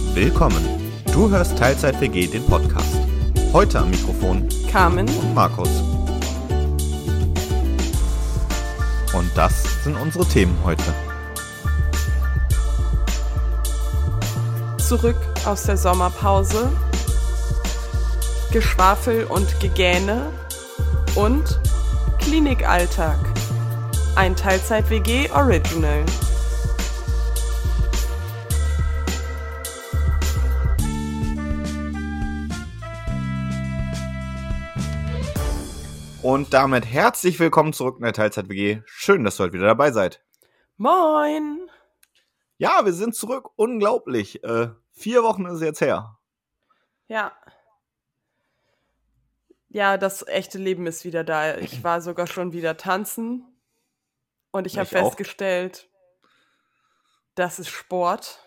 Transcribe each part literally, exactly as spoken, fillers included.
Willkommen. Du hörst Teilzeit-W G, den Podcast. Heute am Mikrofon Carmen und Markus. Und das sind unsere Themen heute. Zurück aus der Sommerpause, Geschwafel und Gegähne und Klinikalltag. Ein Teilzeit-W G Original. Und damit herzlich willkommen zurück in der Teilzeit-W G. Schön, dass ihr heute wieder dabei seid. Moin! Ja, wir sind zurück. Unglaublich. Äh, vier Wochen ist es jetzt her. Ja. Ja, das echte Leben ist wieder da. Ich war sogar schon wieder tanzen. Und ich habe Ich auch. festgestellt, das ist Sport.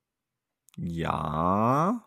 Ja.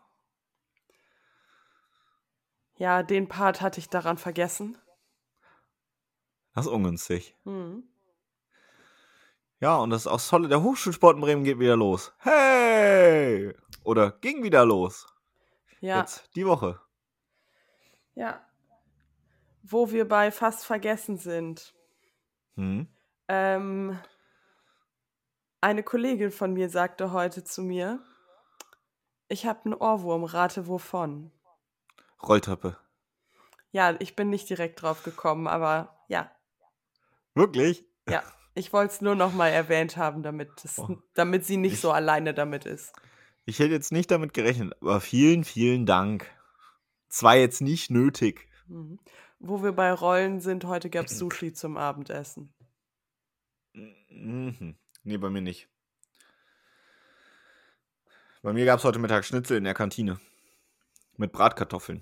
Ja, den Part hatte ich daran vergessen. Das ist ungünstig. Hm. Ja, und das ist auch tolle. Der Hochschulsport in Bremen geht wieder los. Hey! Oder ging wieder los. Ja. Jetzt die Woche. Ja. Wo wir bei fast vergessen sind. Hm? Ähm, eine Kollegin von mir sagte heute zu mir, ich habe einen Ohrwurm, rate wovon. Rolltreppe. Ja, ich bin nicht direkt drauf gekommen, aber ja, Wirklich? ja. Ich wollte es nur noch mal erwähnt haben, damit, es, Oh. damit sie nicht Ich- so alleine damit ist. Ich hätte jetzt nicht damit gerechnet, aber vielen, vielen Dank. Es war jetzt nicht nötig. Mhm. Wo wir bei Rollen sind, heute gab es Sushi zum Abendessen. Mhm. Nee, bei mir nicht. Bei mir gab es heute Mittag Schnitzel in der Kantine. Mit Bratkartoffeln.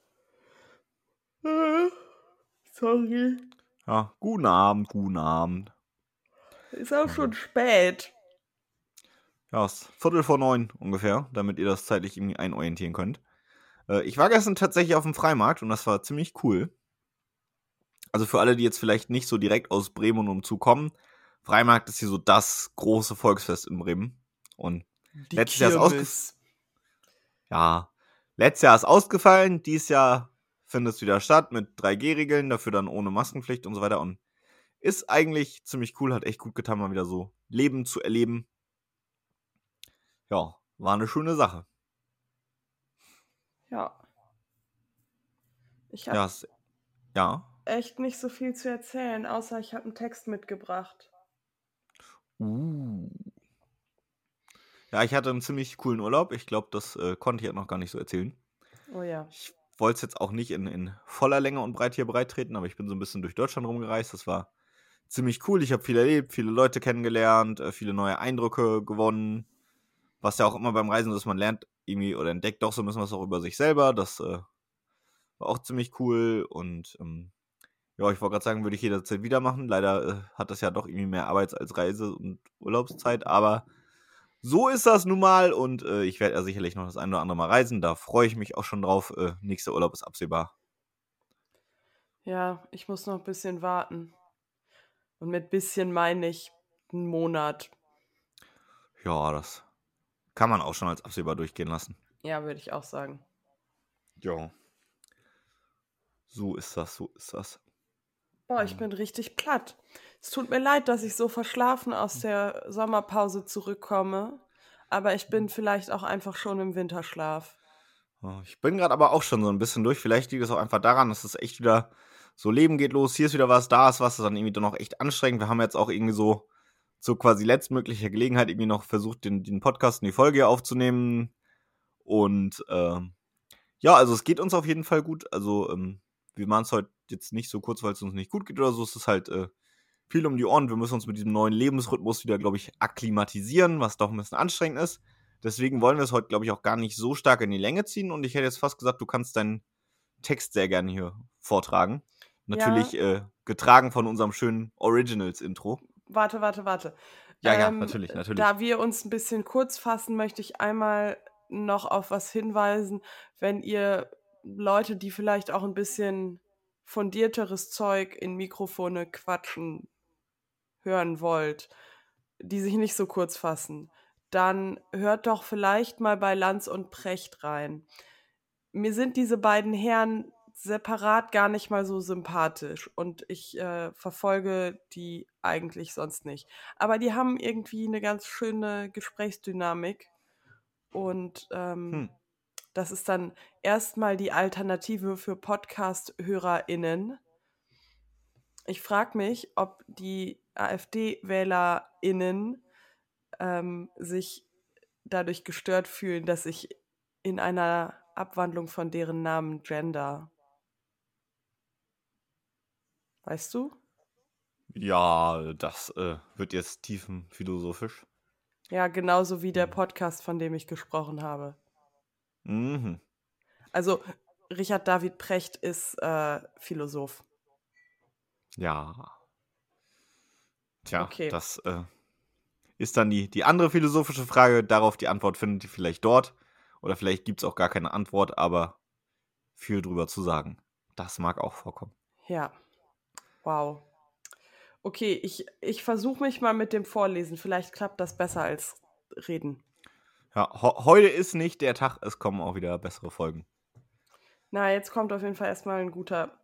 Sorry. Ja, guten Abend, guten Abend. Ist auch schon spät. Ja, es ist Viertel vor neun ungefähr, damit ihr das zeitlich irgendwie einorientieren könnt. Äh, ich war gestern tatsächlich auf dem Freimarkt und das war ziemlich cool. Also für alle, die jetzt vielleicht nicht so direkt aus Bremen und umzu kommen, Freimarkt ist hier so das große Volksfest in Bremen. Und Die letztes Jahr ist ausgefallen. Kirmes. Ja, letztes Jahr ist ausgefallen, dieses Jahr findet es wieder statt mit drei G Regeln, dafür dann ohne Maskenpflicht und so weiter. Und ist eigentlich ziemlich cool, hat echt gut getan, mal wieder so Leben zu erleben. Ja, war eine schöne Sache. Ja. Ich habe Ja, es- ja. echt nicht so viel zu erzählen, außer ich habe einen Text mitgebracht. Uh. Ja, ich hatte einen ziemlich coolen Urlaub. Ich glaube, das äh, konnte ich ja noch gar nicht so erzählen. Oh ja. Ich wollte es jetzt auch nicht in, in voller Länge und Breite hier breit treten, aber ich bin so ein bisschen durch Deutschland rumgereist. Das war ziemlich cool. Ich habe viel erlebt, viele Leute kennengelernt, äh, viele neue Eindrücke gewonnen. Was ja auch immer beim Reisen ist, man lernt irgendwie oder entdeckt doch so ein bisschen was auch über sich selber. Das äh, war auch ziemlich cool. Und ähm, ja, ich wollte gerade sagen, würde ich jederzeit wieder machen. Leider äh, hat das ja doch irgendwie mehr Arbeits- als Reise- und Urlaubszeit. Aber so ist das nun mal. Und äh, ich werde ja sicherlich noch das ein oder andere Mal reisen. Da freue ich mich auch schon drauf. Äh, nächster Urlaub ist absehbar. Ja, ich muss noch ein bisschen warten. Und mit bisschen meine ich einen Monat. Ja, das kann man auch schon als absehbar durchgehen lassen. Ja, würde ich auch sagen. Ja. So ist das, so ist das. Boah, ich bin richtig platt. Es tut mir leid, dass ich so verschlafen aus der Sommerpause zurückkomme. Aber ich bin vielleicht auch einfach schon im Winterschlaf. Ja, ich bin gerade aber auch schon so ein bisschen durch. Vielleicht liegt es auch einfach daran, dass es echt wieder so Leben geht los. Hier ist wieder was, da ist was. Das ist dann irgendwie doch noch echt anstrengend. Wir haben jetzt auch irgendwie so zur quasi letztmöglicher Gelegenheit irgendwie noch versucht, den, den Podcast und die Folge hier aufzunehmen. Und ähm, ja, also es geht uns auf jeden Fall gut. Also ähm, wir machen es heute jetzt nicht so kurz, weil es uns nicht gut geht oder so. Es ist halt äh, viel um die Ohren. Wir müssen uns mit diesem neuen Lebensrhythmus wieder, glaube ich, akklimatisieren, was doch ein bisschen anstrengend ist. Deswegen wollen wir es heute, glaube ich, auch gar nicht so stark in die Länge ziehen. Und ich hätte jetzt fast gesagt, du kannst deinen Text sehr gerne hier vortragen. Natürlich äh, getragen von unserem schönen Originals-Intro. Warte, warte, warte. Ja, ja, Ähm, natürlich, natürlich. Da wir uns ein bisschen kurz fassen, möchte ich einmal noch auf was hinweisen. Wenn ihr Leute, die vielleicht auch ein bisschen fundierteres Zeug in Mikrofone quatschen hören wollt, die sich nicht so kurz fassen, dann hört doch vielleicht mal bei Lanz und Precht rein. Mir sind diese beiden Herren separat gar nicht mal so sympathisch und ich äh, verfolge die eigentlich sonst nicht. Aber die haben irgendwie eine ganz schöne Gesprächsdynamik und ähm, Hm. das ist dann erstmal die Alternative für Podcast-HörerInnen. Ich frage mich, ob die AfD-WählerInnen ähm, sich dadurch gestört fühlen, dass ich in einer Abwandlung von deren Namen gender. Weißt du? Ja, das äh, wird jetzt tiefenphilosophisch. Ja, genauso wie der Podcast, von dem ich gesprochen habe. Mhm. Also Richard David Precht ist äh, Philosoph. Ja. Tja, Okay. das äh, ist dann die, die andere philosophische Frage. Darauf die Antwort findet ihr vielleicht dort. Oder vielleicht gibt es auch gar keine Antwort, aber viel drüber zu sagen. Das mag auch vorkommen. Ja. Wow. Okay, ich, ich versuche mich mal mit dem Vorlesen. Vielleicht klappt das besser als reden. Ja, ho- heute ist nicht der Tag, es kommen auch wieder bessere Folgen. Na, jetzt kommt auf jeden Fall erstmal ein guter.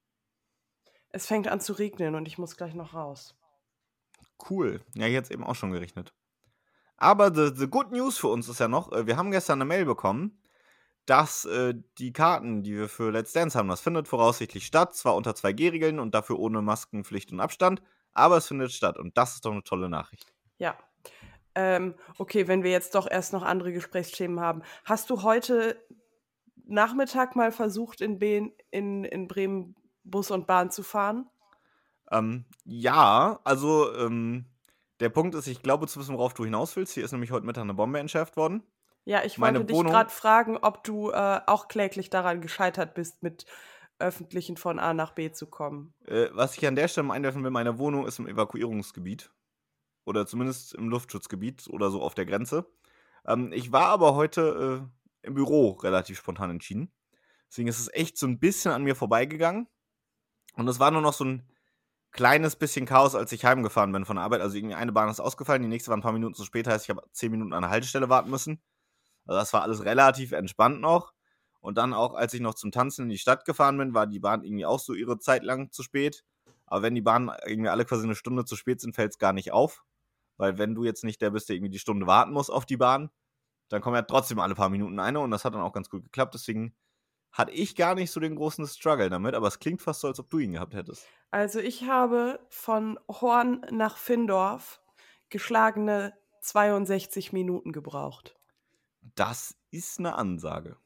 Es fängt an zu regnen und ich muss gleich noch raus. Cool. Ja, hier hat es eben auch schon gerechnet. Aber the, the good news für uns ist ja noch, äh, wir haben gestern eine Mail bekommen, dass äh, die Karten, die wir für Let's Dance haben, das findet voraussichtlich statt. Zwar unter zwei G Regeln und dafür ohne Maskenpflicht und Abstand, aber es findet statt und das ist doch eine tolle Nachricht. Ja. Ähm, okay, wenn wir jetzt doch erst noch andere Gesprächsthemen haben. Hast du heute Nachmittag mal versucht, in, Be- in, in Bremen Bus und Bahn zu fahren? Ähm, ja, also ähm, der Punkt ist, ich glaube zu wissen, worauf du hinaus willst. Hier ist nämlich heute Mittag eine Bombe entschärft worden. Ja, ich wollte Meine dich Wohnung, gerade fragen, ob du äh, auch kläglich daran gescheitert bist, mit Öffentlichen von A nach B zu kommen. äh, was ich an der Stelle mal einwerfen will, meine Wohnung ist im Evakuierungsgebiet. Oder zumindest im Luftschutzgebiet oder so auf der Grenze. Ähm, ich war aber heute äh, im Büro relativ spontan entschieden. Deswegen ist es echt so ein bisschen an mir vorbeigegangen. Und es war nur noch so ein kleines bisschen Chaos, als ich heimgefahren bin von der Arbeit. Also irgendwie eine Bahn ist ausgefallen, die nächste war ein paar Minuten zu spät, heißt, ich habe zehn Minuten an der Haltestelle warten müssen. Also das war alles relativ entspannt noch. Und dann auch, als ich noch zum Tanzen in die Stadt gefahren bin, war die Bahn irgendwie auch so ihre Zeit lang zu spät. Aber wenn die Bahnen irgendwie alle quasi eine Stunde zu spät sind, fällt es gar nicht auf. Weil wenn du jetzt nicht der bist, der irgendwie die Stunde warten muss auf die Bahn, dann kommen ja trotzdem alle paar Minuten eine und das hat dann auch ganz gut geklappt. Deswegen hatte ich gar nicht so den großen Struggle damit, aber es klingt fast so, als ob du ihn gehabt hättest. Also ich habe von Horn nach Findorf geschlagene zweiundsechzig Minuten gebraucht. Das ist eine Ansage.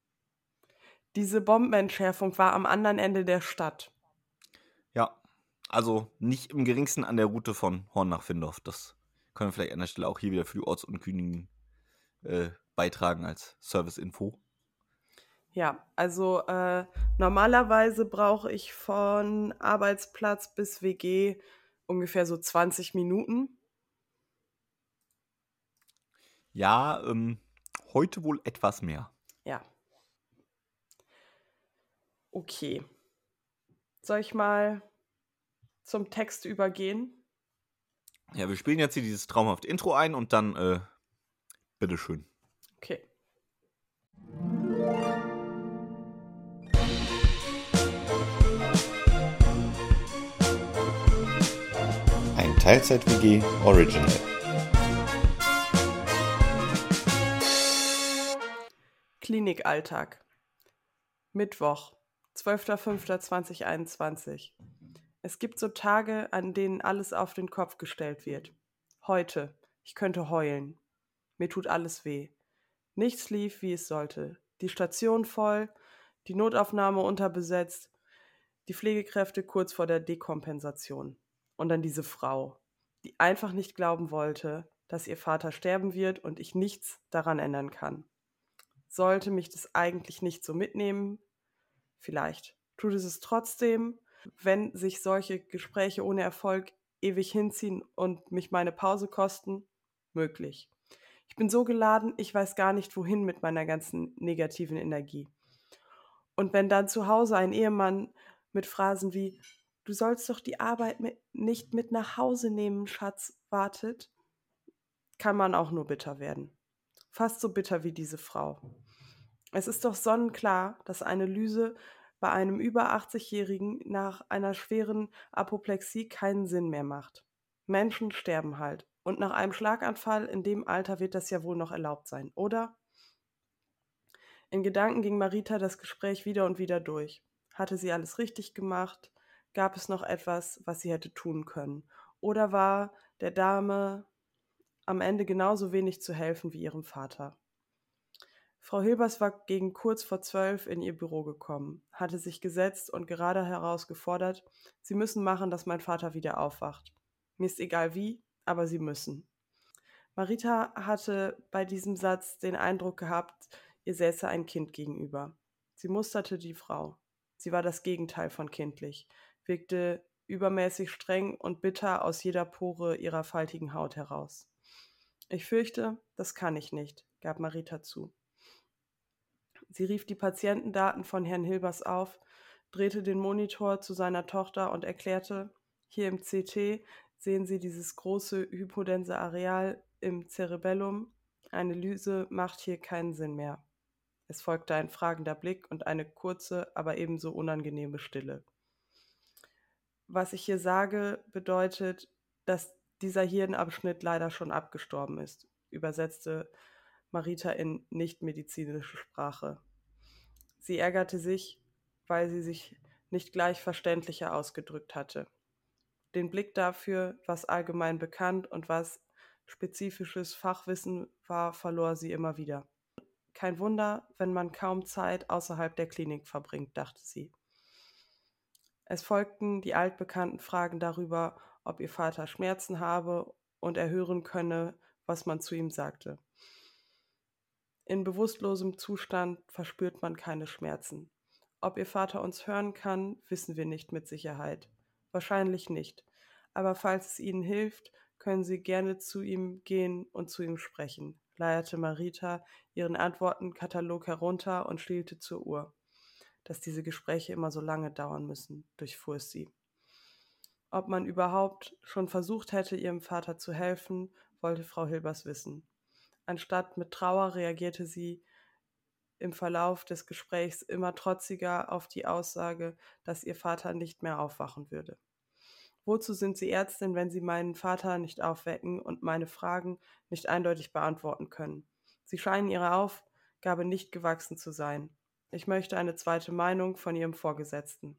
Diese Bombenentschärfung war am anderen Ende der Stadt. Ja, also nicht im geringsten an der Route von Horn nach Findorf. Das können wir vielleicht an der Stelle auch hier wieder für die Ortsunkündigen äh, beitragen als Service-Info. Ja, also äh, normalerweise brauche ich von Arbeitsplatz bis W G ungefähr so zwanzig Minuten. Ja, ähm, heute wohl etwas mehr. Ja. Okay. Soll ich mal zum Text übergehen? Ja, wir spielen jetzt hier dieses traumhafte Intro ein und dann, äh, bitteschön. Okay. Ein Teilzeit-W G Original. Klinikalltag. Mittwoch, zwölfter fünfter zweitausendeinundzwanzig. Es gibt so Tage, an denen alles auf den Kopf gestellt wird. Heute. Ich könnte heulen. Mir tut alles weh. Nichts lief, wie es sollte. Die Station voll, die Notaufnahme unterbesetzt, die Pflegekräfte kurz vor der Dekompensation. Und dann diese Frau, die einfach nicht glauben wollte, dass ihr Vater sterben wird und ich nichts daran ändern kann. Sollte mich das eigentlich nicht so mitnehmen? Vielleicht. Tut es es trotzdem, wenn sich solche Gespräche ohne Erfolg ewig hinziehen und mich meine Pause kosten? Möglich. Ich bin so geladen, ich weiß gar nicht, wohin mit meiner ganzen negativen Energie. Und wenn dann zu Hause ein Ehemann mit Phrasen wie „Du sollst doch die Arbeit mit, nicht mit nach Hause nehmen, Schatz“, wartet, kann man auch nur bitter werden. Fast so bitter wie diese Frau. Es ist doch sonnenklar, dass eine Lyse bei einem über achtzig-Jährigen nach einer schweren Apoplexie keinen Sinn mehr macht. Menschen sterben halt. Und nach einem Schlaganfall in dem Alter wird das ja wohl noch erlaubt sein, oder? In Gedanken ging Marita das Gespräch wieder und wieder durch. Hatte sie alles richtig gemacht? Gab es noch etwas, was sie hätte tun können? Oder war der Dame am Ende genauso wenig zu helfen wie ihrem Vater? Frau Hilbers war gegen kurz vor zwölf in ihr Büro gekommen, hatte sich gesetzt und gerade heraus gefordert: „Sie müssen machen, dass mein Vater wieder aufwacht. Mir ist egal wie, aber Sie müssen." Marita hatte bei diesem Satz den Eindruck gehabt, ihr säße ein Kind gegenüber. Sie musterte die Frau. Sie war das Gegenteil von kindlich, wirkte übermäßig streng und bitter aus jeder Pore ihrer faltigen Haut heraus. „Ich fürchte, das kann ich nicht", gab Marita zu. Sie rief die Patientendaten von Herrn Hilbers auf, drehte den Monitor zu seiner Tochter und erklärte: „Hier im C T sehen Sie dieses große hypodense Areal im Cerebellum. Eine Lyse macht hier keinen Sinn mehr." Es folgte ein fragender Blick und eine kurze, aber ebenso unangenehme Stille. „Was ich hier sage, bedeutet, dass dieser Hirnabschnitt leider schon abgestorben ist", übersetzte Marita in nichtmedizinische Sprache. Sie ärgerte sich, weil sie sich nicht gleich verständlicher ausgedrückt hatte. Den Blick dafür, was allgemein bekannt und was spezifisches Fachwissen war, verlor sie immer wieder. Kein Wunder, wenn man kaum Zeit außerhalb der Klinik verbringt, dachte sie. Es folgten die altbekannten Fragen darüber, ob ihr Vater Schmerzen habe und er hören könne, was man zu ihm sagte. In bewusstlosem Zustand verspürt man keine Schmerzen. Ob ihr Vater uns hören kann, wissen wir nicht mit Sicherheit. Wahrscheinlich nicht. Aber falls es Ihnen hilft, können Sie gerne zu ihm gehen und zu ihm sprechen, leierte Marita ihren Antwortenkatalog herunter und schielte zur Uhr. Dass diese Gespräche immer so lange dauern müssen, durchfuhr es sie. Ob man überhaupt schon versucht hätte, ihrem Vater zu helfen, wollte Frau Hilbers wissen. Anstatt mit Trauer reagierte sie im Verlauf des Gesprächs immer trotziger auf die Aussage, dass ihr Vater nicht mehr aufwachen würde. Wozu sind Sie Ärztin, wenn Sie meinen Vater nicht aufwecken und meine Fragen nicht eindeutig beantworten können? Sie scheinen Ihrer Aufgabe nicht gewachsen zu sein. Ich möchte eine zweite Meinung von Ihrem Vorgesetzten.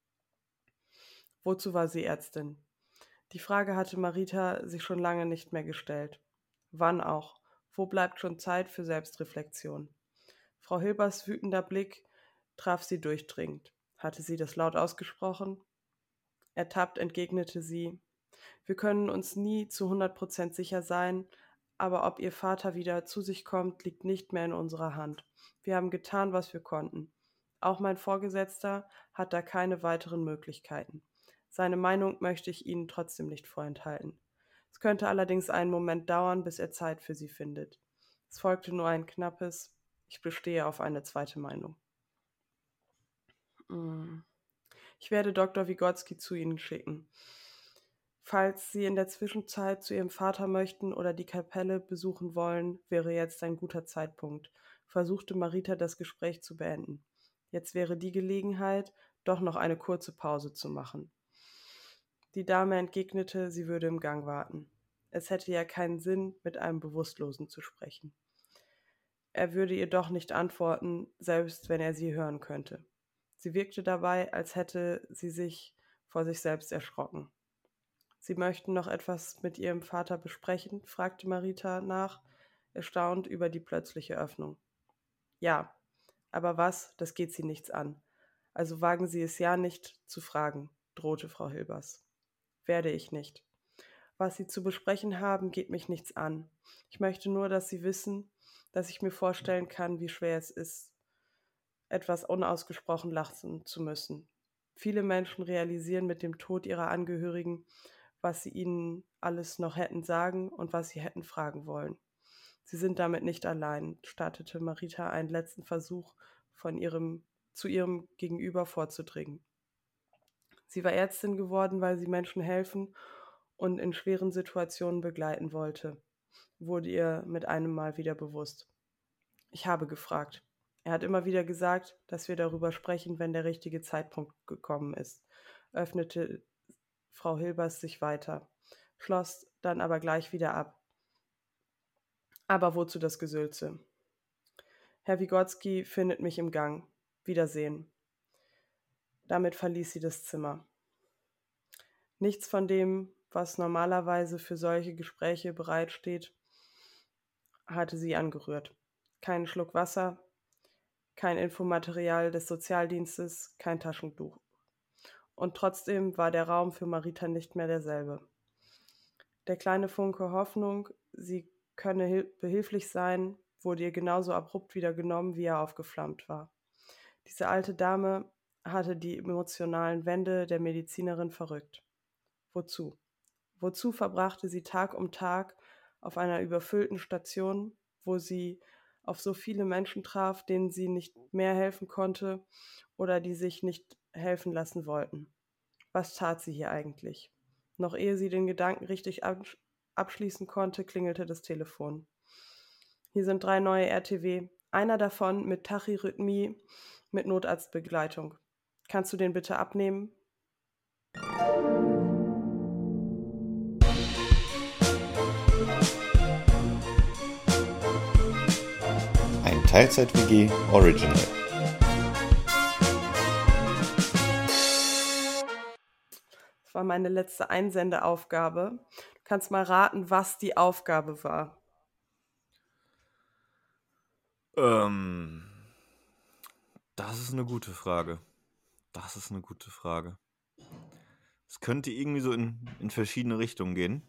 Wozu war sie Ärztin? Die Frage hatte Marita sich schon lange nicht mehr gestellt. Wann auch? Wo bleibt schon Zeit für Selbstreflexion? Frau Hilbers wütender Blick traf sie durchdringend. Hatte sie das laut ausgesprochen? Ertappt entgegnete sie: „Wir können uns nie zu hundert Prozent sicher sein, aber ob Ihr Vater wieder zu sich kommt, liegt nicht mehr in unserer Hand. Wir haben getan, was wir konnten. Auch mein Vorgesetzter hat da keine weiteren Möglichkeiten. Seine Meinung möchte ich Ihnen trotzdem nicht vorenthalten. Es könnte allerdings einen Moment dauern, bis er Zeit für Sie findet." Es folgte nur ein knappes: „Ich bestehe auf eine zweite Meinung." Mm. Ich werde Doktor Wygotsky zu Ihnen schicken. Falls Sie in der Zwischenzeit zu Ihrem Vater möchten oder die Kapelle besuchen wollen, wäre jetzt ein guter Zeitpunkt, versuchte Marita das Gespräch zu beenden. Jetzt wäre die Gelegenheit, doch noch eine kurze Pause zu machen. Die Dame entgegnete, sie würde im Gang warten. Es hätte ja keinen Sinn, mit einem Bewusstlosen zu sprechen. Er würde ihr doch nicht antworten, selbst wenn er sie hören könnte. Sie wirkte dabei, als hätte sie sich vor sich selbst erschrocken. „Sie möchten noch etwas mit Ihrem Vater besprechen?" fragte Marita nach, erstaunt über die plötzliche Öffnung. „Ja, aber was, das geht Sie nichts an. Also wagen Sie es ja nicht zu fragen", drohte Frau Hilbers. „Werde ich nicht. Was Sie zu besprechen haben, geht mich nichts an. Ich möchte nur, dass Sie wissen, dass ich mir vorstellen kann, wie schwer es ist, etwas unausgesprochen lassen zu müssen. Viele Menschen realisieren mit dem Tod ihrer Angehörigen, was sie ihnen alles noch hätten sagen und was sie hätten fragen wollen. Sie sind damit nicht allein", startete Marita einen letzten Versuch, von ihrem, zu ihrem Gegenüber vorzudringen. Sie war Ärztin geworden, weil sie Menschen helfen und in schweren Situationen begleiten wollte. wurde ihr mit einem Mal wieder bewusst. Ich habe gefragt. Er hat immer wieder gesagt, dass wir darüber sprechen, wenn der richtige Zeitpunkt gekommen ist, öffnete Frau Hilbers sich weiter, schloss dann aber gleich wieder ab. Aber wozu das Gesülze? Herr Wygotsky findet mich im Gang. Wiedersehen. Damit verließ sie das Zimmer. Nichts von dem, was normalerweise für solche Gespräche bereitsteht, hatte sie angerührt. Keinen Schluck Wasser, kein Infomaterial des Sozialdienstes, kein Taschentuch. Und trotzdem war der Raum für Marita nicht mehr derselbe. Der kleine Funke Hoffnung, sie könne hil- behilflich sein, wurde ihr genauso abrupt wieder genommen, wie er aufgeflammt war. Diese alte Dame hatte die emotionalen Wände der Medizinerin verrückt. Wozu? Wozu verbrachte sie Tag um Tag auf einer überfüllten Station, wo sie auf so viele Menschen traf, denen sie nicht mehr helfen konnte oder die sich nicht helfen lassen wollten? Was tat sie hier eigentlich? Noch ehe sie den Gedanken richtig absch- abschließen konnte, klingelte das Telefon. Hier sind drei neue R T W, einer davon mit Tachyrhythmie, mit Notarztbegleitung. Kannst du den bitte abnehmen? Ein Teilzeit-W G Original. Das war meine letzte Einsendeaufgabe. Du kannst mal raten, was die Aufgabe war. Ähm, das ist eine gute Frage. Das ist eine gute Frage. Es könnte irgendwie so in, in verschiedene Richtungen gehen.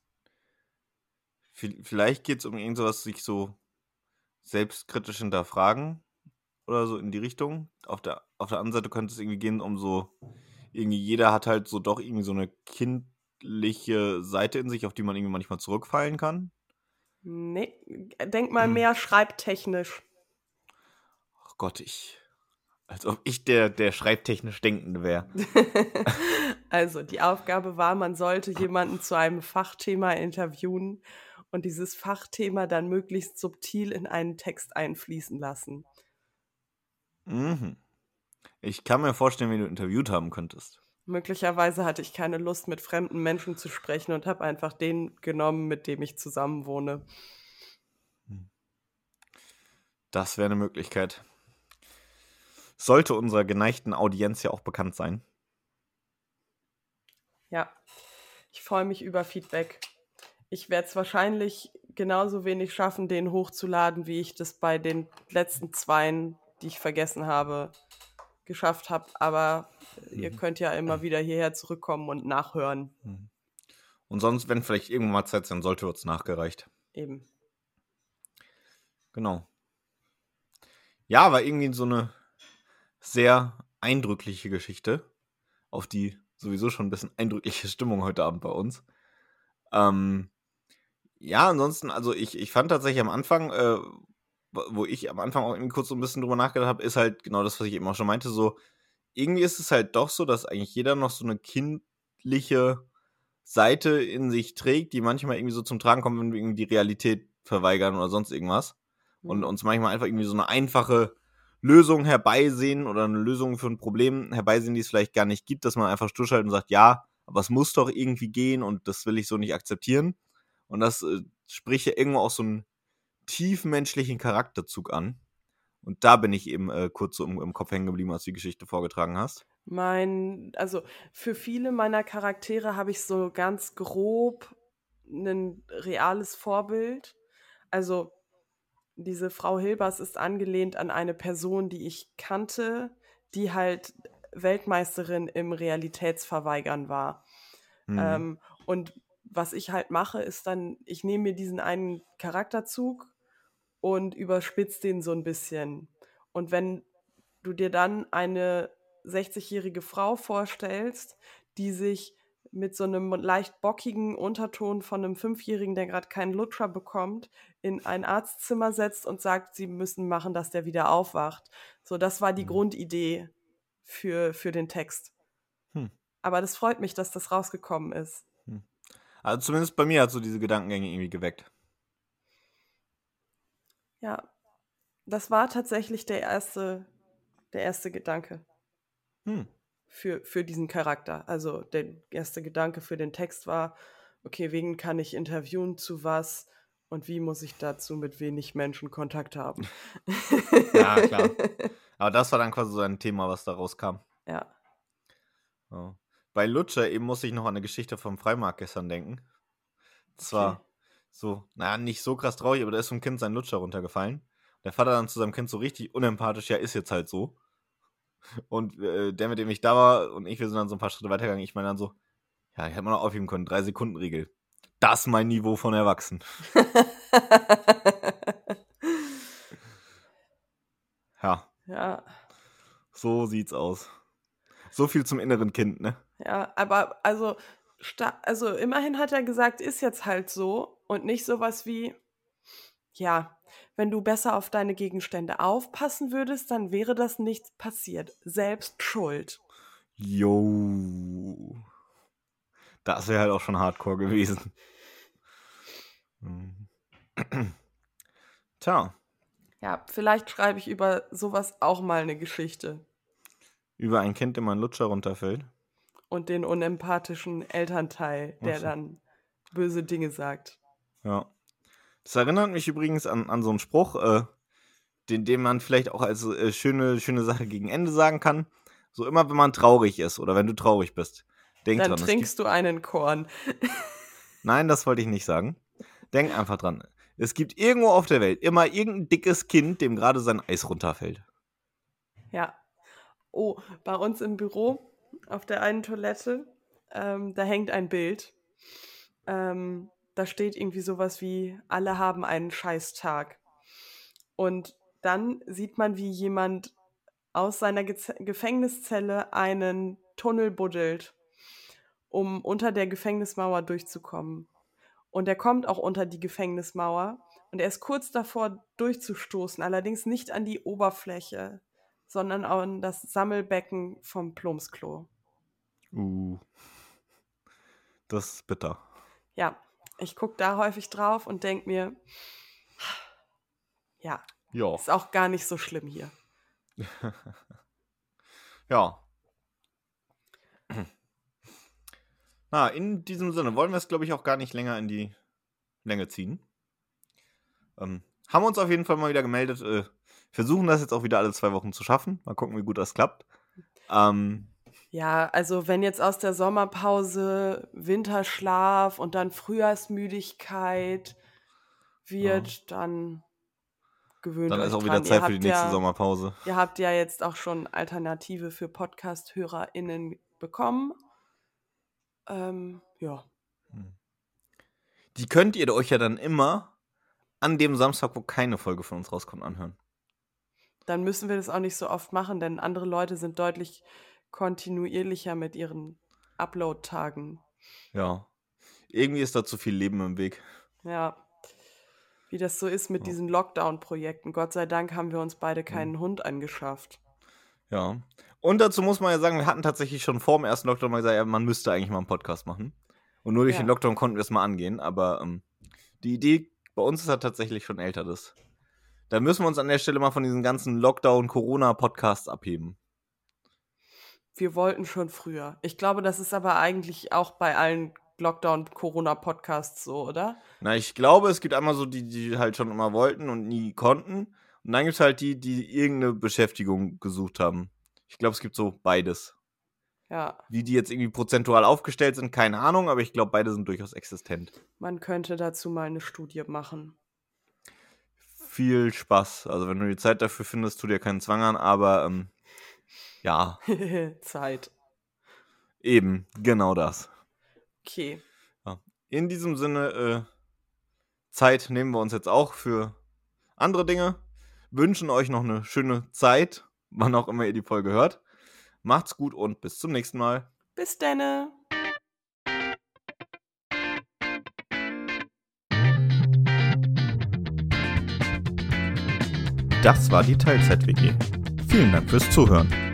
Vi- Vielleicht geht es um irgend sowas, sich so selbstkritisch hinterfragen oder so in die Richtung. Auf der, auf der anderen Seite könnte es irgendwie gehen um so, irgendwie jeder hat halt so doch irgendwie so eine kindliche Seite in sich, auf die man irgendwie manchmal zurückfallen kann. Nee, denk mal mehr schreibtechnisch. Ach Gott, ich. Als ob ich der, der schreibtechnisch Denkende wäre. Also, die Aufgabe war, man sollte jemanden zu einem Fachthema interviewen und dieses Fachthema dann möglichst subtil in einen Text einfließen lassen. Mhm. Ich kann mir vorstellen, wie du interviewt haben könntest. Möglicherweise hatte ich keine Lust, mit fremden Menschen zu sprechen und habe einfach den genommen, mit dem ich zusammen wohne. Das wäre eine Möglichkeit. Sollte unserer geneigten Audienz ja auch bekannt sein. Ja, ich freue mich über Feedback. Ich werde es wahrscheinlich genauso wenig schaffen, den hochzuladen, wie ich das bei den letzten zweien, die ich vergessen habe, geschafft habe. Aber ihr könnt ja immer wieder hierher zurückkommen und nachhören. Und sonst, wenn vielleicht irgendwann mal Zeit ist, dann sollte uns nachgereicht. Eben. Genau. Ja, war irgendwie so eine sehr eindrückliche Geschichte, auf die sowieso schon ein bisschen eindrückliche Stimmung heute Abend bei uns. Ähm, ja, ansonsten, also ich, ich fand tatsächlich am Anfang, äh, wo ich am Anfang auch irgendwie kurz so ein bisschen drüber nachgedacht habe, ist halt genau das, was ich eben auch schon meinte, so, irgendwie ist es halt doch so, dass eigentlich jeder noch so eine kindliche Seite in sich trägt, die manchmal irgendwie so zum Tragen kommt, wenn wir irgendwie die Realität verweigern oder sonst irgendwas. Und Mhm. uns manchmal einfach irgendwie so eine einfache Lösung herbeisehen oder eine Lösung für ein Problem herbeisehen, die es vielleicht gar nicht gibt, dass man einfach durchschaltet und sagt, ja, aber es muss doch irgendwie gehen und das will ich so nicht akzeptieren. Und das äh, spricht ja irgendwo auch so einen tiefmenschlichen Charakterzug an. Und da bin ich eben äh, kurz so im, im Kopf hängen geblieben, als du die Geschichte vorgetragen hast. Mein, also für viele meiner Charaktere habe ich so ganz grob ein reales Vorbild. Also diese Frau Hilbers ist angelehnt an eine Person, die ich kannte, die halt Weltmeisterin im Realitätsverweigern war. Mhm. Ähm, und was ich halt mache, ist dann, ich nehme mir diesen einen Charakterzug und überspitze den so ein bisschen. Und wenn du dir dann eine sechzigjährige Frau vorstellst, die sich mit so einem leicht bockigen Unterton von einem Fünfjährigen, der gerade keinen Lutscher bekommt, in ein Arztzimmer setzt und sagt, sie müssen machen, dass der wieder aufwacht. So, das war die Hm. Grundidee für, für den Text. Hm. Aber das freut mich, dass das rausgekommen ist. Also zumindest bei mir hat so diese Gedankengänge irgendwie geweckt. Ja, das war tatsächlich der erste, der erste Gedanke Hm. für, für diesen Charakter. Also der erste Gedanke für den Text war, okay, wen kann ich interviewen, zu was und wie muss ich dazu mit wenig Menschen Kontakt haben? Ja, klar. Aber das war dann quasi so ein Thema, was da rauskam. Ja, Ja. Bei Lutscher eben muss ich noch an eine Geschichte vom Freimarkt gestern denken. Zwar okay. so, naja, nicht so krass traurig, aber da ist so ein Kind sein Lutscher runtergefallen. Der Vater dann zu seinem Kind so richtig unempathisch, ja, ist jetzt halt so. Und äh, der, mit dem ich da war und ich, wir sind dann so ein paar Schritte weitergegangen. Ich meine dann so, ja, hätte man noch aufheben können, drei Sekunden Regel. Das ist mein Niveau von Erwachsenen. Ja, Ja, so sieht's aus. So viel zum inneren Kind, ne? ja, aber also, sta also immerhin hat er gesagt, ist jetzt halt so und nicht sowas wie, ja, wenn du besser auf deine Gegenstände aufpassen würdest, dann wäre das nicht passiert. Selbst schuld. Jo. Das wäre halt auch schon hardcore gewesen. Hm. Tja, Ja, vielleicht schreibe ich über sowas auch mal eine Geschichte. über ein Kind, dem ein Lutscher runterfällt. Und den unempathischen Elternteil, der Ach so. dann böse Dinge sagt. Ja. Das erinnert mich übrigens an, an so einen Spruch, äh, den, den man vielleicht auch als äh, schöne, schöne Sache gegen Ende sagen kann. So immer, wenn man traurig ist oder wenn du traurig bist. Denk Dann dran. Es trinkst du einen Korn. gibt, nein, das wollte ich nicht sagen. Denk einfach dran. Es gibt irgendwo auf der Welt immer irgendein dickes Kind, dem gerade sein Eis runterfällt. Ja. Oh, bei uns im Büro auf der einen Toilette, ähm, da hängt ein Bild. Ähm, da steht irgendwie sowas wie, alle haben einen Scheißtag. Und dann sieht man, wie jemand aus seiner Gez- Gefängniszelle einen Tunnel buddelt, um unter der Gefängnismauer durchzukommen. Und er kommt auch unter die Gefängnismauer und er ist kurz davor durchzustoßen, allerdings nicht an die Oberfläche, sondern an das Sammelbecken vom Plumpsklo. Uh. Das ist bitter. Ja, ich gucke da häufig drauf und denke mir, ja, Ja. ist auch gar nicht so schlimm hier. Ja. Na, in diesem Sinne wollen wir es, glaube ich, auch gar nicht länger in die Länge ziehen. Ähm, haben uns auf jeden Fall mal wieder gemeldet. Äh, versuchen das jetzt auch wieder alle zwei Wochen zu schaffen. Mal gucken, wie gut das klappt. Ähm, Ja, also wenn jetzt aus der Sommerpause Winterschlaf und dann Frühjahrsmüdigkeit wird, ja. dann gewöhnt dann euch ist auch dran. wieder Zeit ihr für die habt nächste ja, Sommerpause. Ihr habt ja jetzt auch schon Alternative für Podcast-HörerInnen bekommen. Ähm, ja. Die könnt ihr euch ja dann immer an dem Samstag, wo keine Folge von uns rauskommt, anhören. Dann müssen wir das auch nicht so oft machen, denn andere Leute sind deutlich kontinuierlicher mit ihren Upload-Tagen. Ja. Irgendwie ist da zu viel Leben im Weg. Ja. Wie das so ist mit Ja. diesen Lockdown-Projekten. Gott sei Dank haben wir uns beide keinen mhm. Hund angeschafft. Ja. Und dazu muss man ja sagen, wir hatten tatsächlich schon vor dem ersten Lockdown mal gesagt, ja, man müsste eigentlich mal einen Podcast machen. Und nur durch Ja. den Lockdown konnten wir es mal angehen. Aber ähm, die Idee bei uns ist ja tatsächlich schon älter. Das. Da müssen wir uns an der Stelle mal von diesen ganzen Lockdown-Corona-Podcasts abheben. Wir wollten schon früher. Ich glaube, das ist aber eigentlich auch bei allen Lockdown-Corona-Podcasts so, oder? Na, ich glaube, es gibt einmal so die, die halt schon immer wollten und nie konnten. Und dann gibt es halt die, die irgendeine Beschäftigung gesucht haben. Ich glaube, es gibt so beides. Ja. Wie die jetzt irgendwie prozentual aufgestellt sind, keine Ahnung, aber ich glaube, beide sind durchaus existent. Man könnte dazu mal eine Studie machen. Viel Spaß. Also, wenn du die Zeit dafür findest, tu dir keinen Zwang an, aber ähm, ja. Zeit. Eben, genau das. Okay. Ja. In diesem Sinne, äh, Zeit nehmen wir uns jetzt auch für andere Dinge. Wünschen euch noch eine schöne Zeit, wann auch immer ihr die Folge hört. Macht's gut und bis zum nächsten Mal. Bis denne. Das war die Teilzeit-W G. Vielen Dank fürs Zuhören.